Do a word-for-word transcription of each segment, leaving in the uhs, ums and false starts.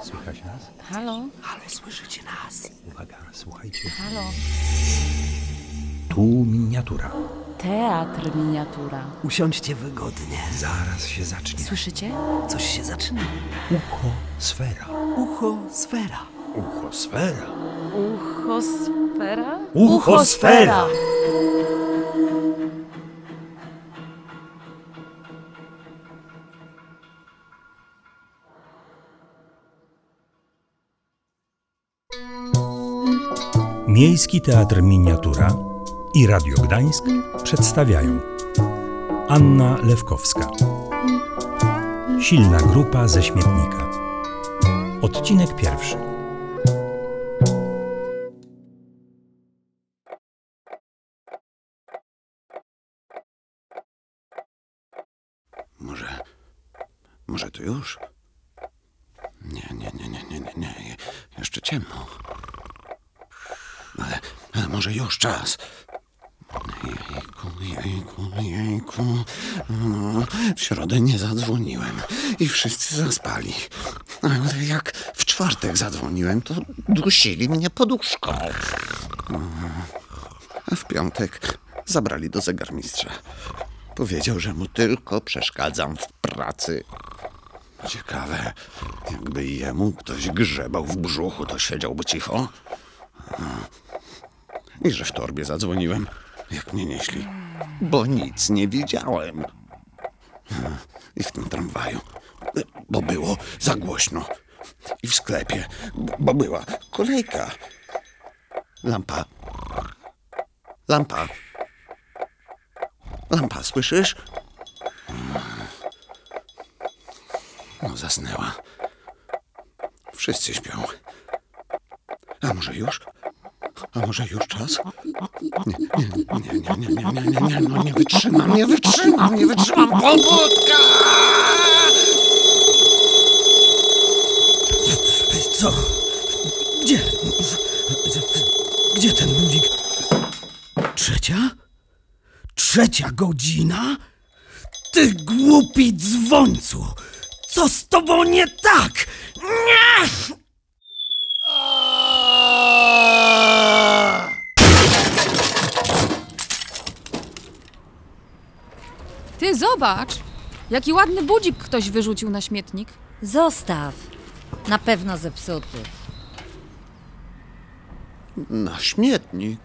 Słychać nas? Halo? Halo, słyszycie nas? Uwaga, słuchajcie. Halo? Tu miniatura. Teatr miniatura. Usiądźcie wygodnie. Zaraz się zacznie. Słyszycie? Coś się zaczyna. Ucho sfera. Ucho sfera. Ucho sfera. Uchosfera? Uchosfera! Miejski Teatr Miniatura i Radio Gdańsk przedstawiają Anna Lewkowska. Silna grupa ze śmietnika. Odcinek pierwszy. Może... Może to już? Nie, nie, nie, nie, nie, nie, nie. Jeszcze ciemno. Ale, ale może już czas. Jejku, jejku, jejku. No, w środę nie zadzwoniłem i wszyscy zaspali. Ale jak w czwartek zadzwoniłem, to dusili mnie poduszką. A w piątek zabrali do zegarmistrza. Powiedział, że mu tylko przeszkadzam w pracy. Ciekawe, jakby jemu ktoś grzebał w brzuchu, to siedziałby cicho. I że w torbie zadzwoniłem, jak mnie nieśli, bo nic nie widziałem. I w tym tramwaju, bo było za głośno. I w sklepie, bo była kolejka. Lampa. Lampa. Lampa, słyszysz? No, zasnęła. Wszyscy śpią. A może już? A może już czas? Nie, nie, nie, nie, nie, nie, nie, nie, no nie wytrzymam, nie wytrzymam, nie wytrzymam. Pobudka! Co? Gdzie? Gdzie ten budzik? Trzecia? Trzecia godzina? Ty głupi dzwońcu! Co z tobą nie tak? Nie! Ty zobacz! Jaki ładny budzik ktoś wyrzucił na śmietnik. Zostaw. Na pewno zepsuty. Na śmietnik.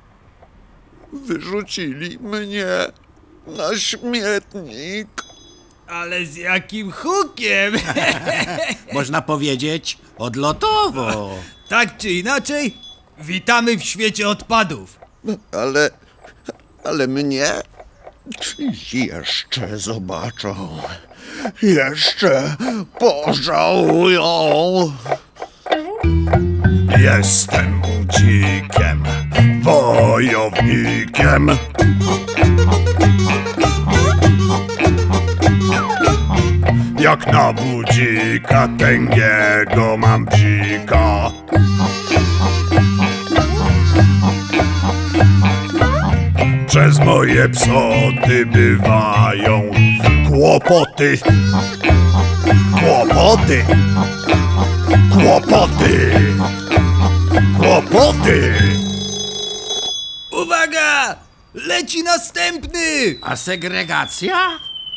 Wyrzucili mnie na śmietnik. Ale z jakim hukiem! Można powiedzieć odlotowo. Tak czy inaczej, witamy w świecie odpadów. Ale, ale mnie jeszcze zobaczą. Jeszcze pożałują. Jestem budzikiem, wojownikiem. Jak na budzika tęgiego mam bzika. Przez moje psoty bywają kłopoty. Kłopoty. Kłopoty. Kłopoty. Uwaga! Leci następny! A segregacja?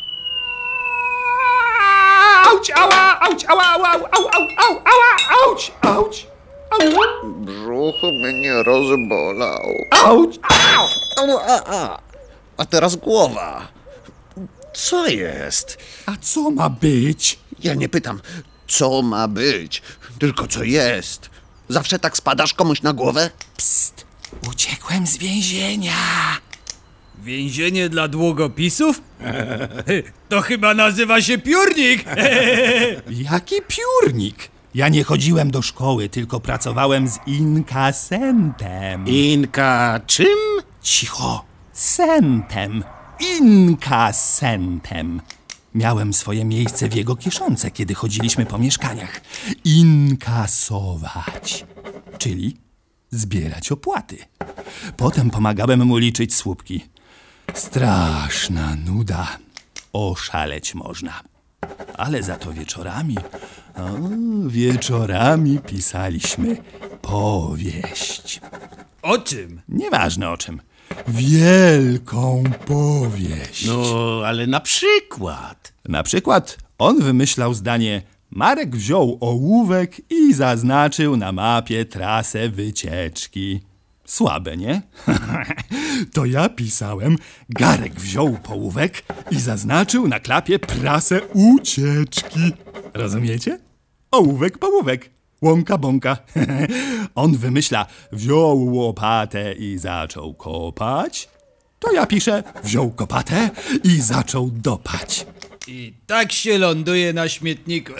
Auć, ała, auć, ała, ała, au, au, au, ała, auć, auć, auć, Brzuch mnie rozbolał. auć, Au, a, a. A teraz głowa. Co jest? A co ma być? Ja nie pytam, co ma być, tylko co jest. Zawsze tak spadasz komuś na głowę? Psst, uciekłem z więzienia. Więzienie dla długopisów? To chyba nazywa się piórnik! Jaki piórnik? Ja nie chodziłem do szkoły, tylko pracowałem z inkasentem. Inka czym? Cicho, sentem. Inkasentem. Miałem swoje miejsce w jego kieszonce, kiedy chodziliśmy po mieszkaniach. Inkasować, czyli zbierać opłaty. Potem pomagałem mu liczyć słupki. Straszna nuda. Oszaleć można. Ale za to wieczorami, o, wieczorami pisaliśmy powieść. O czym? Nieważne o czym. Wielką powieść. No, ale na przykład. Na przykład on wymyślał zdanie: Marek wziął ołówek i zaznaczył na mapie trasę wycieczki. Słabe, nie? To ja pisałem: Garek wziął połówek i zaznaczył na klapie trasę ucieczki. Rozumiecie? Ołówek, połówek. Łąka, bąka. On wymyśla: wziął łopatę i zaczął kopać. To ja piszę: wziął kopatę i zaczął dopać. I tak się ląduje na śmietniku.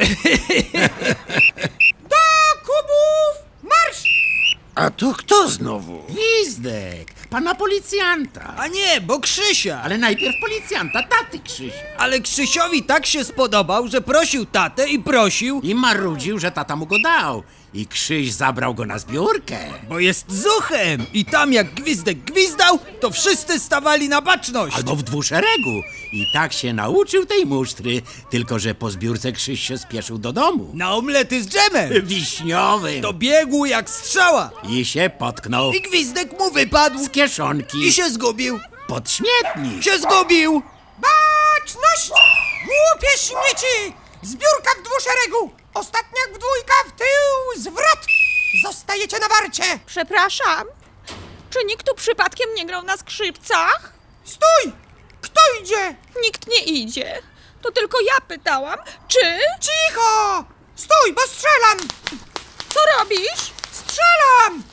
A to kto znowu? Gwizdek, pana policjanta. A nie, bo Krzysia. Ale najpierw policjanta, taty Krzysia. Ale Krzysiowi tak się spodobał, że prosił tatę i prosił, I marudził, że tata mu go dał. I Krzyś zabrał go na zbiórkę. bo jest zuchem. I tam jak Gwizdek gwizdał, to wszyscy stawali na baczność. Albo w dwuszeregu. I tak się nauczył tej musztry. Tylko że po zbiórce Krzyś się spieszył do domu. Na omlety z dżemem. Wiśniowy. To biegł jak strzała. I się potknął. I Gwizdek mu wypadł. Z kieszonki. I się zgubił. Pod śmietnik. Się zgubił. Baczność! Głupie śmieci! Zbiórka w dwuszeregu! Ostatnia w dwójka, w tył, zwrot! Zostajecie na warcie! Przepraszam, czy nikt tu przypadkiem nie grał na skrzypcach? Stój! Kto idzie? Nikt nie idzie. To tylko ja pytałam, czy... Cicho! Stój, bo strzelam! Co robisz? Strzelam!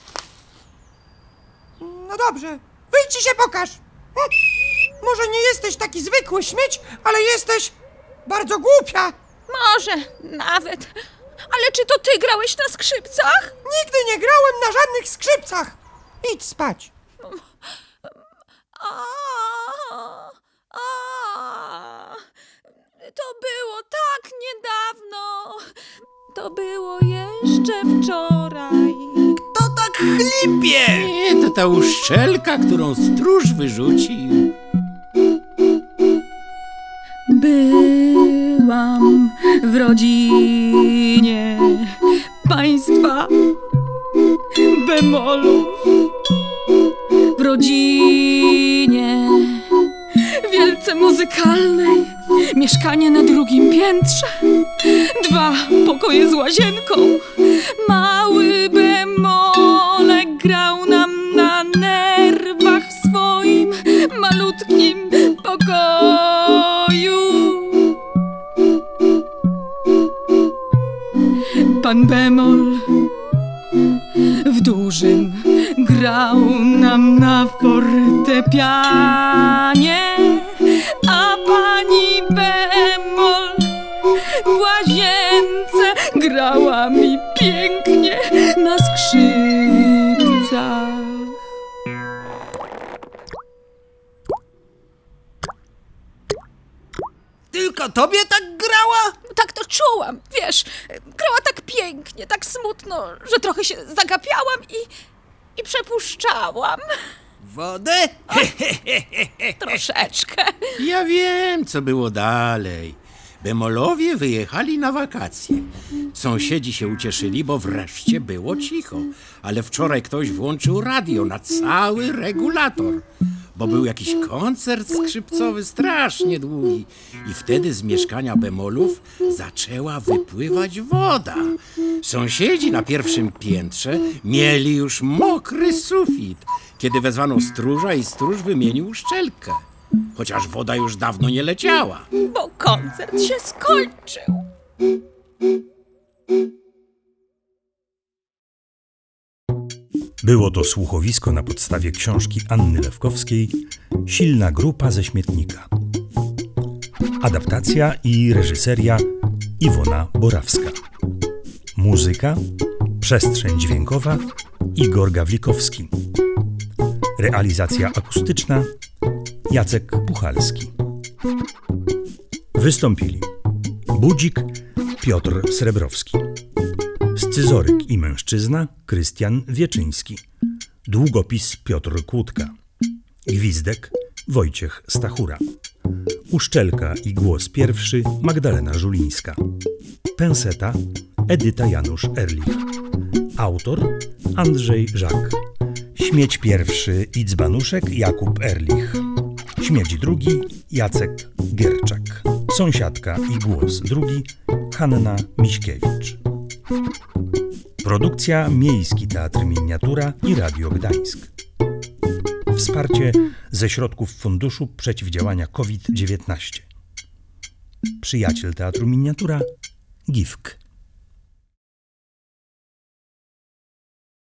No dobrze, wyjdź i się pokaż. Hm. Może nie jesteś taki zwykły śmieć, ale jesteś bardzo głupia. Może, nawet. Ale czy to ty grałeś na skrzypcach? Nigdy nie grałem na żadnych skrzypcach. Idź spać. A, a, to było tak niedawno. To było jeszcze wczoraj. To tak chlipie. Nie, to ta uszczelka, którą stróż wyrzucił. Byłam w rodzinie państwa bemolów. W rodzinie wielce muzykalnej. Mieszkanie na drugim piętrze. Dwa pokoje z łazienką. Mały bemolek grał nam na nerwach w swoim malutkim pokoju. Pan bemol w dużym grał nam na fortepianie, a pani bemol w łazience grała mi pięknie na skrzypcach. Tylko tobie tak grała? Tak to czułam, wiesz, grała tak pięknie, tak smutno, że trochę się zagapiałam i, i przepuszczałam. Wodę? Troszeczkę. Ja wiem, co było dalej. Bemolowie wyjechali na wakacje. Sąsiedzi się ucieszyli, bo wreszcie było cicho. Ale wczoraj ktoś włączył radio na cały regulator, bo był jakiś koncert skrzypcowy strasznie długi. I wtedy z mieszkania bemolów zaczęła wypływać woda. Sąsiedzi na pierwszym piętrze mieli już mokry sufit, kiedy wezwano stróża i stróż wymienił uszczelkę. Chociaż woda już dawno nie leciała. Bo koncert się skończył. Było to słuchowisko na podstawie książki Anny Lewkowskiej Silna grupa ze śmietnika. Adaptacja i reżyseria Iwona Borawska. Muzyka, przestrzeń dźwiękowa Igor Gawlikowski. Realizacja akustyczna Jacek Puchalski. Wystąpili Budzik Piotr Srebrowski, Scyzoryk i mężczyzna Krystian Wieczyński, Długopis Piotr Kłódka, Gwizdek Wojciech Stachura, Uszczelka i głos pierwszy Magdalena Żulińska. Penseta Edyta Janusz Erlich. Autor Andrzej Żak. Śmieć pierwszy i dzbanuszek Jakub Erlich. Śmieć drugi Jacek Gierczak. Sąsiadka i głos drugi Hanna Miśkiewicz. Produkcja Miejski Teatr Miniatura i Radio Gdańsk. Wsparcie ze środków Funduszu Przeciwdziałania COVID dziewiętnaście. Przyjaciel Teatru Miniatura G I F K.